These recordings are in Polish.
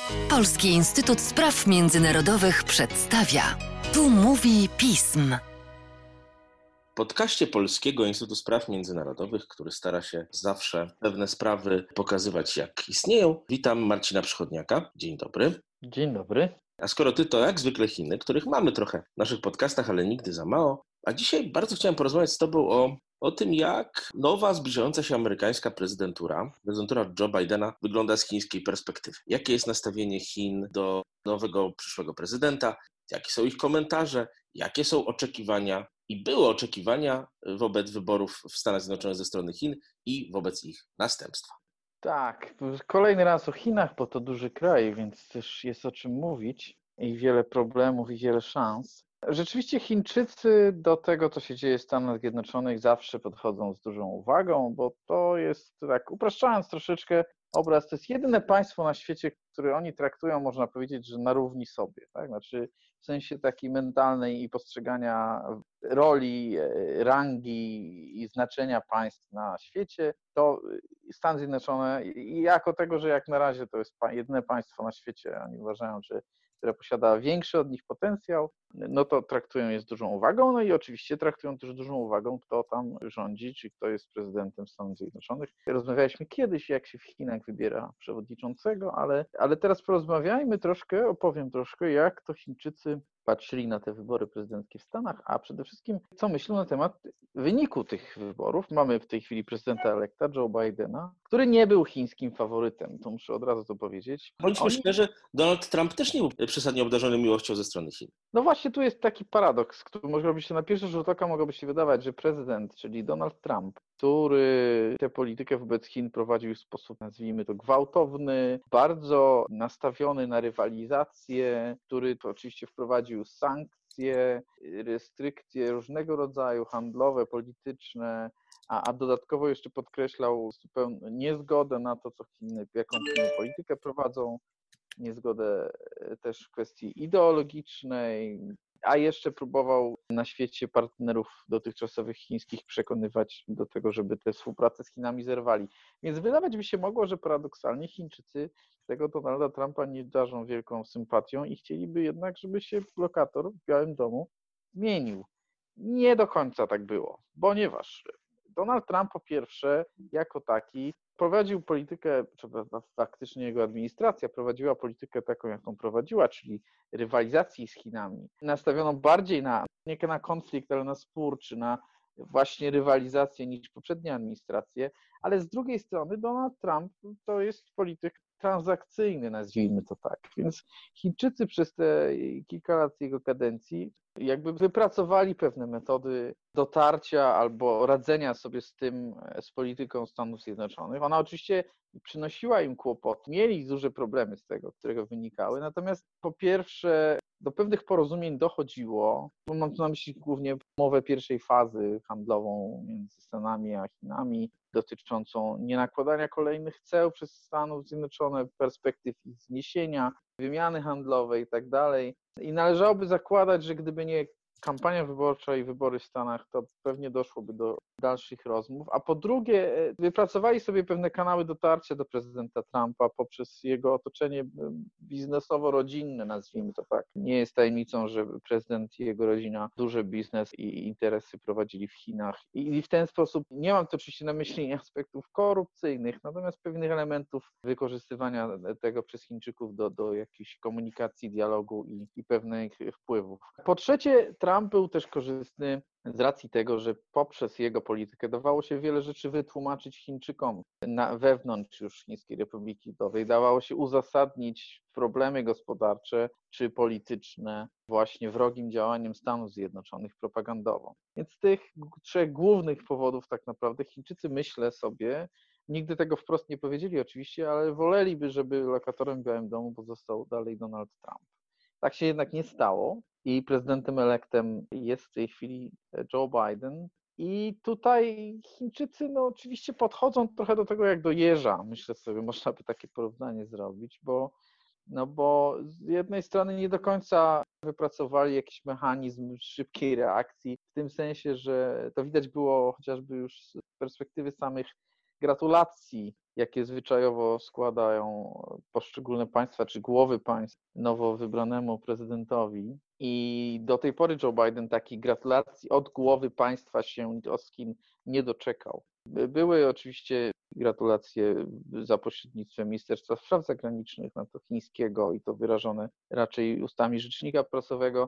Polski Instytut Spraw Międzynarodowych przedstawia. Tu mówi pism. W podcaście Polskiego Instytutu Spraw Międzynarodowych, który stara się zawsze pewne sprawy pokazywać, jak istnieją, witam Marcina Przychodniaka. Dzień dobry. Dzień dobry. A skoro ty, to jak zwykle Chiny, których mamy trochę w naszych podcastach, ale nigdy za mało. A dzisiaj bardzo chciałem porozmawiać z tobą o tym, jak nowa, zbliżająca się amerykańska prezydentura Joe Bidena wygląda z chińskiej perspektywy. Jakie jest nastawienie Chin do nowego przyszłego prezydenta, jakie są ich komentarze, jakie są oczekiwania i były oczekiwania wobec wyborów w Stanach Zjednoczonych ze strony Chin i wobec ich następstwa. Tak, kolejny raz o Chinach, bo to duży kraj, więc też jest o czym mówić i wiele problemów i wiele szans. Rzeczywiście Chińczycy do tego, co się dzieje w Stanach Zjednoczonych, zawsze podchodzą z dużą uwagą, bo to jest, tak upraszczając troszeczkę obraz, to jest jedyne państwo na świecie, które oni traktują, można powiedzieć, że na równi sobie, tak? Znaczy w sensie takiej mentalnej i postrzegania roli, rangi i znaczenia państw na świecie, to Stany Zjednoczone, i jako tego, że jak na razie to jest jedyne państwo na świecie, oni uważają, że które posiada większy od nich potencjał, no to traktują je z dużą uwagą, no i oczywiście traktują też dużą uwagą, kto tam rządzi, czy kto jest prezydentem Stanów Zjednoczonych. Rozmawialiśmy kiedyś, jak się w Chinach wybiera przewodniczącego, ale teraz porozmawiajmy troszkę, opowiem troszkę, jak to Chińczycy patrzyli na te wybory prezydenckie w Stanach, a przede wszystkim co myślą na temat wyniku tych wyborów. Mamy w tej chwili prezydenta elekta Joe Bidena, który nie był chińskim faworytem, to muszę od razu to powiedzieć. Bądźmy szczerzy, Donald Trump też nie był przesadnie obdarzony miłością ze strony Chin. No właśnie tu jest taki paradoks, który mogłoby się na pierwszy rzut oka mogłoby się wydawać, że prezydent, czyli Donald Trump, który tę politykę wobec Chin prowadził w sposób, nazwijmy to, gwałtowny, bardzo nastawiony na rywalizację, który to oczywiście wprowadził sankcje, restrykcje różnego rodzaju, handlowe, polityczne, a dodatkowo jeszcze podkreślał zupełną niezgodę na to, jaką Chiny politykę prowadzą, niezgodę też w kwestii ideologicznej, a jeszcze próbował na świecie partnerów dotychczasowych chińskich przekonywać do tego, żeby tę współpracę z Chinami zerwali. Więc wydawać by się mogło, że paradoksalnie Chińczycy tego Donalda Trumpa nie darzą wielką sympatią i chcieliby jednak, żeby się lokator w Białym Domu zmienił. Nie do końca tak było, ponieważ Donald Trump po pierwsze jako taki prowadził politykę, czy faktycznie jego administracja prowadziła politykę taką, jaką prowadziła, czyli rywalizacji z Chinami, nastawioną bardziej nie na konflikt, ale na spór, czy na właśnie rywalizację niż poprzednie administracje, ale z drugiej strony Donald Trump to jest polityk transakcyjny, nazwijmy to tak. Więc Chińczycy przez te kilka lat jego kadencji jakby wypracowali pewne metody dotarcia albo radzenia sobie z polityką Stanów Zjednoczonych. Ona oczywiście przynosiła im kłopot, mieli duże problemy z tego, którego wynikały, natomiast po pierwsze do pewnych porozumień dochodziło, bo mam tu na myśli głównie umowę pierwszej fazy handlową między Stanami a Chinami, dotyczącą nienakładania kolejnych ceł przez Stanów Zjednoczonych, perspektyw ich zniesienia, wymiany handlowej i tak dalej. I należałoby zakładać, że gdyby nie kampania wyborcza i wybory w Stanach, to pewnie doszłoby do dalszych rozmów. A po drugie, wypracowali sobie pewne kanały dotarcia do prezydenta Trumpa poprzez jego otoczenie biznesowo-rodzinne, nazwijmy to tak. Nie jest tajemnicą, że prezydent i jego rodzina duży biznes i interesy prowadzili w Chinach. I w ten sposób, nie mam to oczywiście na myśli aspektów korupcyjnych, natomiast pewnych elementów wykorzystywania tego przez Chińczyków do jakiejś komunikacji, dialogu i pewnych wpływów. Po trzecie, Trump był też korzystny z racji tego, że poprzez jego politykę dawało się wiele rzeczy wytłumaczyć Chińczykom wewnątrz już Chińskiej Republiki Ludowej. Dawało się uzasadnić problemy gospodarcze czy polityczne właśnie wrogim działaniem Stanów Zjednoczonych propagandowo. Więc z tych trzech głównych powodów tak naprawdę Chińczycy, myślę sobie, nigdy tego wprost nie powiedzieli oczywiście, ale woleliby, żeby lokatorem w Białym Domu pozostał dalej Donald Trump. Tak się jednak nie stało i prezydentem elektem jest w tej chwili Joe Biden. I tutaj Chińczycy oczywiście podchodzą trochę do tego jak do jeża. Myślę sobie, można by takie porównanie zrobić, bo z jednej strony nie do końca wypracowali jakiś mechanizm szybkiej reakcji, w tym sensie, że to widać było chociażby już z perspektywy samych gratulacji jakie zwyczajowo składają poszczególne państwa czy głowy państw nowo wybranemu prezydentowi. I do tej pory Joe Biden takich gratulacji od głowy państwa się od Chin nie doczekał. Były oczywiście gratulacje za pośrednictwem Ministerstwa Spraw Zagranicznych, na to chińskiego, i to wyrażone raczej ustami rzecznika prasowego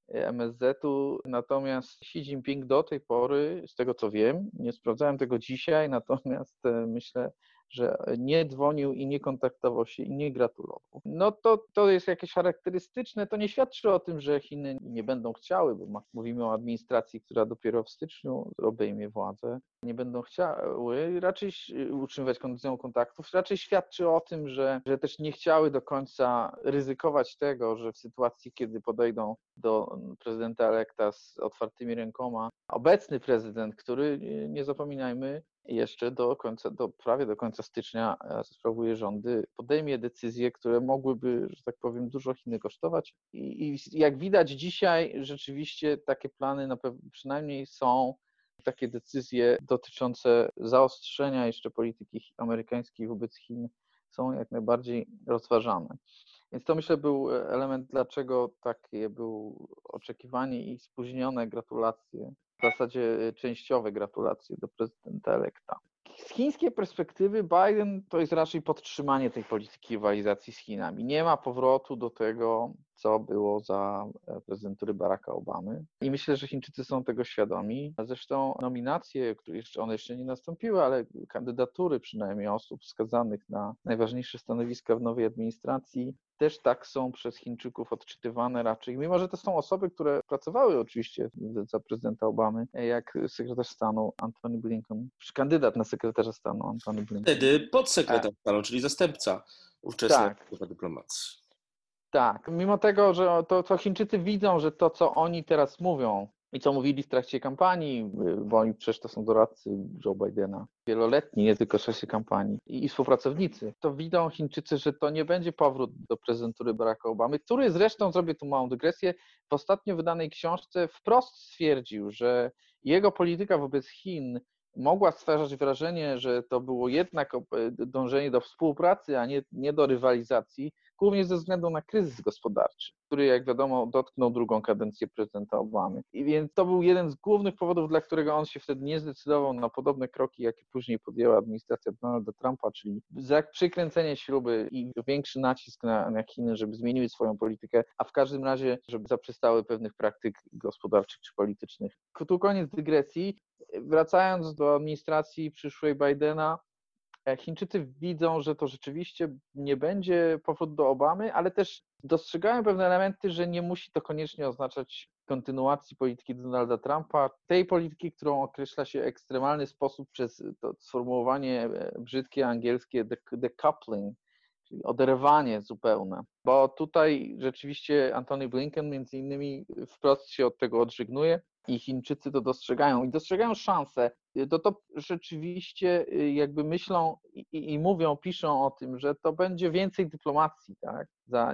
MSZ-u, natomiast Xi Jinping do tej pory, z tego co wiem, nie sprawdzałem tego dzisiaj, natomiast myślę, że nie dzwonił i nie kontaktował się i nie gratulował. No to jest jakieś charakterystyczne, to nie świadczy o tym, że Chiny nie będą chciały, bo mówimy o administracji, która dopiero w styczniu obejmie władzę, nie będą chciały raczej utrzymywać kontaktów, raczej świadczy o tym, że też nie chciały do końca ryzykować tego, że w sytuacji, kiedy podejdą do prezydenta elekta z otwartymi rękoma, obecny prezydent, który, nie zapominajmy, jeszcze prawie do końca stycznia sprawuje rządy, podejmie decyzje, które mogłyby, że tak powiem, dużo Chiny kosztować. I jak widać dzisiaj, rzeczywiście takie plany przynajmniej są, takie decyzje dotyczące zaostrzenia jeszcze polityki amerykańskiej wobec Chin są jak najbardziej rozważane. Więc to, myślę, był element, dlaczego takie było oczekiwanie i spóźnione gratulacje, w zasadzie częściowe gratulacje do prezydenta elekta. Z chińskiej perspektywy Biden to jest raczej podtrzymanie tej polityki rywalizacji z Chinami. Nie ma powrotu do tego, co było za prezydentury Baracka Obamy. I myślę, że Chińczycy są tego świadomi. Zresztą nominacje, one jeszcze nie nastąpiły, ale kandydatury przynajmniej osób wskazanych na najważniejsze stanowiska w nowej administracji też tak są przez Chińczyków odczytywane raczej, mimo że to są osoby, które pracowały oczywiście za prezydenta Obamy, jak sekretarz stanu Antony Blinken, czy kandydat na sekretarza stanu Antony Blinken. Wtedy podsekretarz stanu, czyli zastępca ówczesnego szefa dyplomacji. Tak, mimo tego, że to Chińczycy widzą, że to, co oni teraz mówią i co mówili w trakcie kampanii, bo oni przecież to są doradcy Joe Bidena, wieloletni, nie tylko w czasie kampanii, i współpracownicy, to widzą Chińczycy, że to nie będzie powrót do prezydentury Baracka Obamy, który zresztą, zrobię tu małą dygresję, w ostatnio wydanej książce wprost stwierdził, że jego polityka wobec Chin mogła stwarzać wrażenie, że to było jednak dążenie do współpracy, a nie do rywalizacji, głównie ze względu na kryzys gospodarczy, który, jak wiadomo, dotknął drugą kadencję prezydenta Obamy. I więc to był jeden z głównych powodów, dla którego on się wtedy nie zdecydował na podobne kroki, jakie później podjęła administracja Donalda Trumpa, czyli przykręcenie śruby i większy nacisk na Chiny, żeby zmieniły swoją politykę, a w każdym razie, żeby zaprzestały pewnych praktyk gospodarczych czy politycznych. Tu koniec dygresji. Wracając do administracji przyszłej Bidena, Chińczycy widzą, że to rzeczywiście nie będzie powrót do Obamy, ale też dostrzegają pewne elementy, że nie musi to koniecznie oznaczać kontynuacji polityki Donalda Trumpa, tej polityki, którą określa się w ekstremalny sposób przez to sformułowanie brzydkie angielskie decoupling, czyli oderwanie zupełne. Bo tutaj rzeczywiście Antony Blinken między innymi wprost się od tego odżegnuje i Chińczycy to dostrzegają i dostrzegają szansę. To rzeczywiście jakby myślą i mówią, piszą o tym, że to będzie więcej dyplomacji, tak,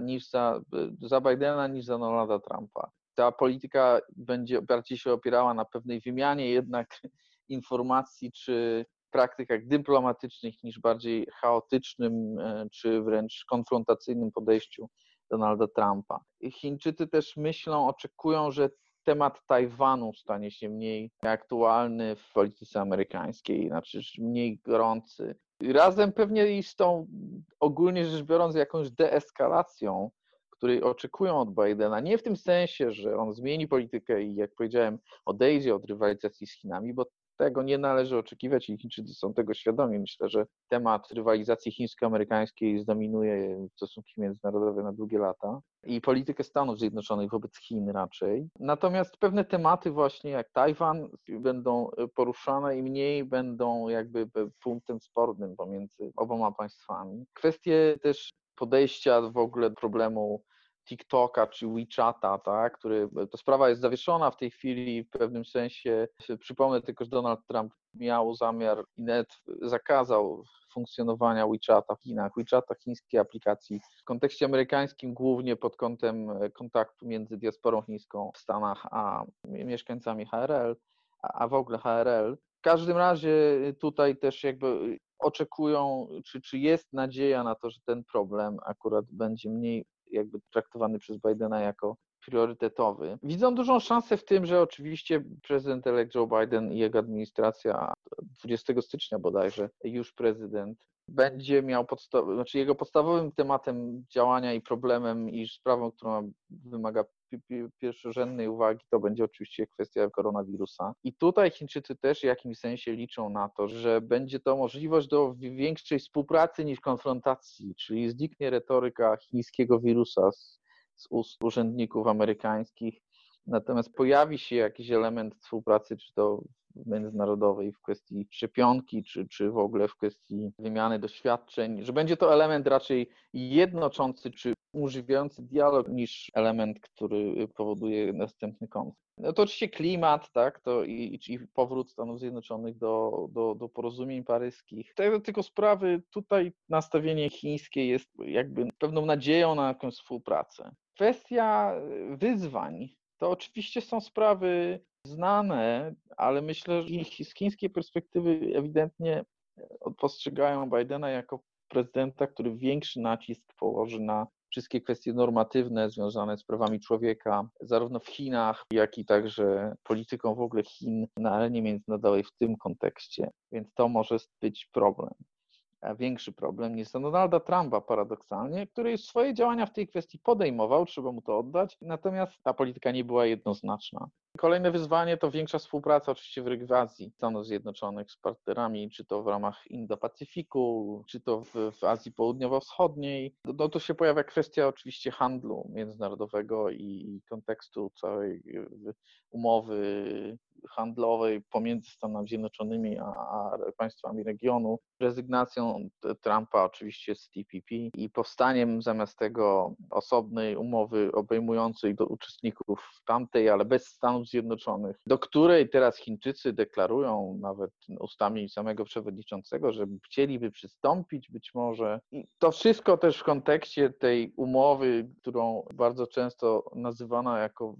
za Bidena niż za Donalda Trumpa. Ta polityka będzie bardziej się opierała na pewnej wymianie jednak informacji czy praktykach dyplomatycznych niż bardziej chaotycznym czy wręcz konfrontacyjnym podejściu Donalda Trumpa. Chińczycy też myślą, oczekują, że temat Tajwanu stanie się mniej aktualny w polityce amerykańskiej, znaczy mniej gorący. Razem pewnie i z tą, ogólnie rzecz biorąc, jakąś deeskalacją, której oczekują od Bidena, nie w tym sensie, że on zmieni politykę i, jak powiedziałem, odejdzie od rywalizacji z Chinami, bo tego nie należy oczekiwać i Chińczycy są tego świadomi. Myślę, że temat rywalizacji chińsko-amerykańskiej zdominuje stosunki międzynarodowe na długie lata i politykę Stanów Zjednoczonych wobec Chin raczej. Natomiast pewne tematy właśnie jak Tajwan będą poruszane i mniej będą jakby punktem spornym pomiędzy oboma państwami. Kwestie też podejścia w ogóle do problemu TikToka czy WeChata, tak, to sprawa jest zawieszona w tej chwili w pewnym sensie. Przypomnę tylko, że Donald Trump miał zamiar i nawet zakazał funkcjonowania WeChata w Chinach. WeChata, chińskiej aplikacji w kontekście amerykańskim, głównie pod kątem kontaktu między diasporą chińską w Stanach a mieszkańcami HRL, a w ogóle HRL. W każdym razie tutaj też jakby oczekują, czy jest nadzieja na to, że ten problem akurat będzie mniej jakby traktowany przez Bidena jako priorytetowy. Widzą dużą szansę w tym, że oczywiście prezydent-elect Joe Biden i jego administracja 20 stycznia bodajże już prezydent będzie miał jego podstawowym tematem działania i problemem i sprawą, która wymaga pierwszorzędnej uwagi, to będzie oczywiście kwestia koronawirusa. I tutaj Chińczycy też w jakimś sensie liczą na to, że będzie to możliwość do większej współpracy niż konfrontacji, czyli zniknie retoryka chińskiego wirusa z ust urzędników amerykańskich, natomiast pojawi się jakiś element współpracy, czy to międzynarodowej w kwestii szczepionki, czy w ogóle w kwestii wymiany doświadczeń, że będzie to element raczej jednoczący, czy umożliwiający dialog, niż element, który powoduje następny konflikt. No to oczywiście klimat, tak, to i powrót Stanów Zjednoczonych do porozumień paryskich. Tylko sprawy, tutaj nastawienie chińskie jest jakby pewną nadzieją na jakąś współpracę. Kwestia wyzwań to oczywiście są sprawy znane, ale myślę, że z chińskiej perspektywy ewidentnie postrzegają Bidena jako prezydenta, który większy nacisk położy na wszystkie kwestie normatywne związane z prawami człowieka, zarówno w Chinach, jak i także polityką w ogóle Chin na arenie międzynarodowej w tym kontekście. Więc to może być problem. Większy problem niż Donalda Trumpa paradoksalnie, który swoje działania w tej kwestii podejmował, trzeba mu to oddać, natomiast ta polityka nie była jednoznaczna. Kolejne wyzwanie to większa współpraca oczywiście w regionie Stanów Zjednoczonych z partnerami, czy to w ramach Indo-Pacyfiku, czy to w Azji Południowo-Wschodniej. No to się pojawia kwestia oczywiście handlu międzynarodowego i kontekstu całej umowy handlowej pomiędzy Stanami Zjednoczonymi a państwami regionu, rezygnacją Trumpa oczywiście z TPP i powstaniem zamiast tego osobnej umowy obejmującej do uczestników tamtej, ale bez Stanów Zjednoczonych, do której teraz Chińczycy deklarują nawet ustami samego przewodniczącego, że chcieliby przystąpić być może. I to wszystko też w kontekście tej umowy, którą bardzo często nazywana jako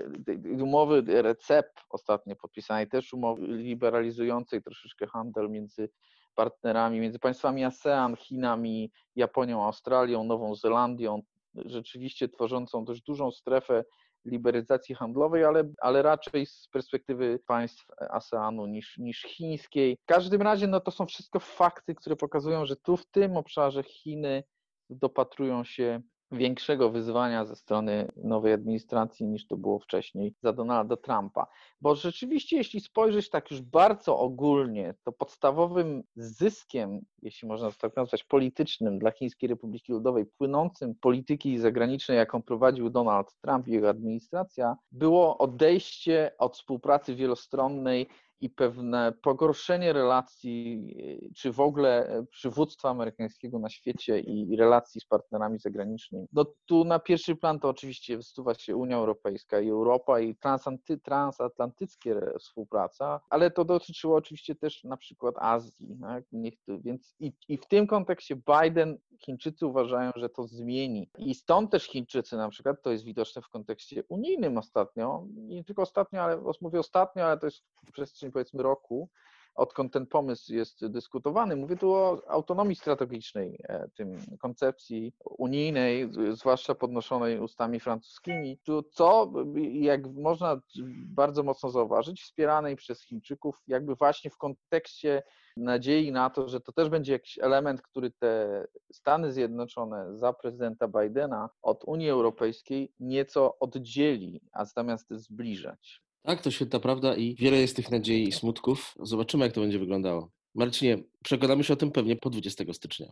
umowy RCEP ostatnio podpisanej, też umowy liberalizującej troszeczkę handel między partnerami, między państwami ASEAN, Chinami, Japonią, Australią, Nową Zelandią, rzeczywiście tworzącą dość dużą strefę liberalizacji handlowej, ale raczej z perspektywy państw ASEANu niż chińskiej. W każdym razie no to są wszystko fakty, które pokazują, że tu w tym obszarze Chiny dopatrują się większego wyzwania ze strony nowej administracji niż to było wcześniej za Donalda Trumpa. Bo rzeczywiście, jeśli spojrzeć tak już bardzo ogólnie, to podstawowym zyskiem, jeśli można to tak nazwać, politycznym dla Chińskiej Republiki Ludowej, płynącym polityki zagranicznej, jaką prowadził Donald Trump i jego administracja, było odejście od współpracy wielostronnej i pewne pogorszenie relacji, czy w ogóle przywództwa amerykańskiego na świecie i relacji z partnerami zagranicznymi. No tu na pierwszy plan to oczywiście wysuwa się Unia Europejska i Europa i transatlantyckie współpraca, ale to dotyczyło oczywiście też na przykład Azji. Tak? Więc i w tym kontekście Chińczycy uważają, że to zmieni. I stąd też Chińczycy na przykład, to jest widoczne w kontekście unijnym ostatnio, nie tylko ostatnio, mówię ostatnio, ale to jest w przestrzeni powiedzmy roku, odkąd ten pomysł jest dyskutowany. Mówię tu o autonomii strategicznej, tym koncepcji unijnej, zwłaszcza podnoszonej ustami francuskimi, co, jak można bardzo mocno zauważyć, wspieranej przez Chińczyków, jakby właśnie w kontekście nadziei na to, że to też będzie jakiś element, który te Stany Zjednoczone za prezydenta Bidena od Unii Europejskiej nieco oddzieli, a zamiast zbliżać. Tak, to świetna prawda i wiele jest tych nadziei i smutków. Zobaczymy, jak to będzie wyglądało. Marcinie, przekonamy się o tym pewnie po 20 stycznia.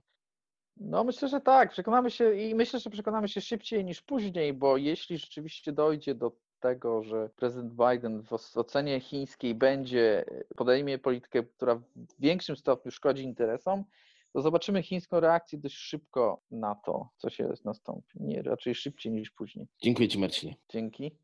No myślę, że tak, przekonamy się i myślę, że przekonamy się szybciej niż później, bo jeśli rzeczywiście dojdzie do tego, że prezydent Biden w ocenie chińskiej podejmie politykę, która w większym stopniu szkodzi interesom, to zobaczymy chińską reakcję dość szybko na to, co się nastąpi. Nie, raczej szybciej niż później. Dziękuję Ci, Marcinie. Dzięki.